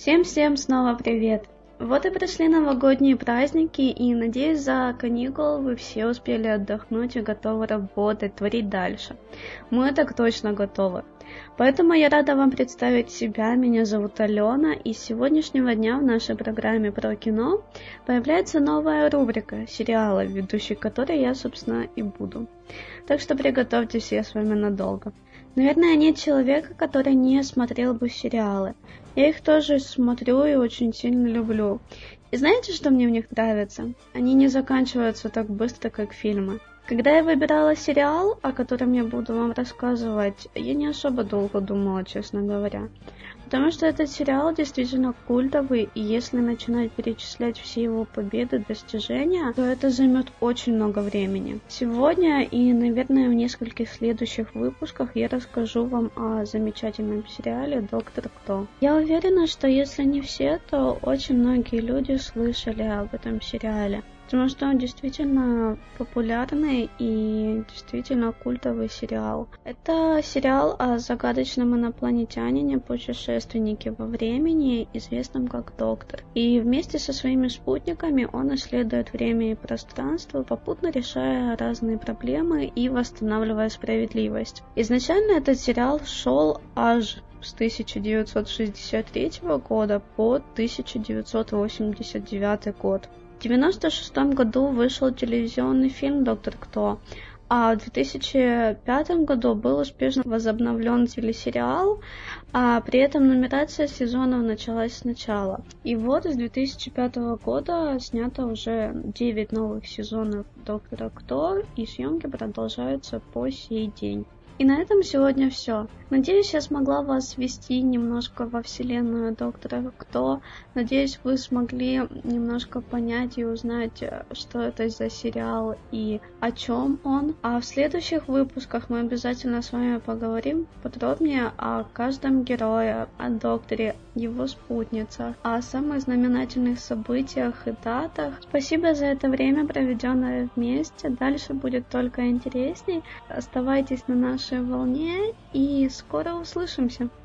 Всем снова привет! Вот и прошли новогодние праздники, и надеюсь, за каникулы вы все успели отдохнуть и готовы работать, творить дальше. Мы так точно готовы. Поэтому я рада вам представить себя. Меня зовут Алена, и с сегодняшнего дня в нашей программе про кино появляется новая рубрика «Сериалы», ведущей которой я, собственно, и буду. Так что приготовьтесь, я с вами надолго. Наверное, нет человека, который не смотрел бы сериалы. Я их тоже смотрю и очень сильно люблю. И знаете, что мне в них нравится? Они не заканчиваются так быстро, как фильмы. Когда я выбирала сериал, о котором я буду вам рассказывать, я не особо долго думала, честно говоря. Потому что этот сериал действительно культовый, и если начинать перечислять все его победы, достижения, то это займет очень много времени. Сегодня и, наверное, в нескольких следующих выпусках я расскажу вам о замечательном сериале «Доктор Кто». Я уверена, что если не все, то очень многие люди слышали об этом сериале. Потому что он действительно популярный и действительно культовый сериал. Это сериал о загадочном инопланетянине, путешественнике во времени, известном как Доктор. И вместе со своими спутниками он исследует время и пространство, попутно решая разные проблемы и восстанавливая справедливость. Изначально этот сериал шел аж с 1963 года по 1989 год. В 1996 году вышел телевизионный фильм «Доктор Кто», а в 2005 году был успешно возобновлен телесериал, а при этом нумерация сезонов началась сначала. И вот с 2005 года снято уже 9 новых сезонов «Доктора Кто», и съемки продолжаются по сей день. И на этом сегодня все. Надеюсь, я смогла вас ввести немножко во вселенную Доктора Кто. Надеюсь, вы смогли немножко понять и узнать, что это за сериал и о чем он. А в следующих выпусках мы обязательно с вами поговорим подробнее о каждом герое, о Докторе, его спутницах, о самых знаменательных событиях и датах. Спасибо за это время, проведенное вместе. Дальше будет только интересней. Оставайтесь на нашей волне и скоро услышимся.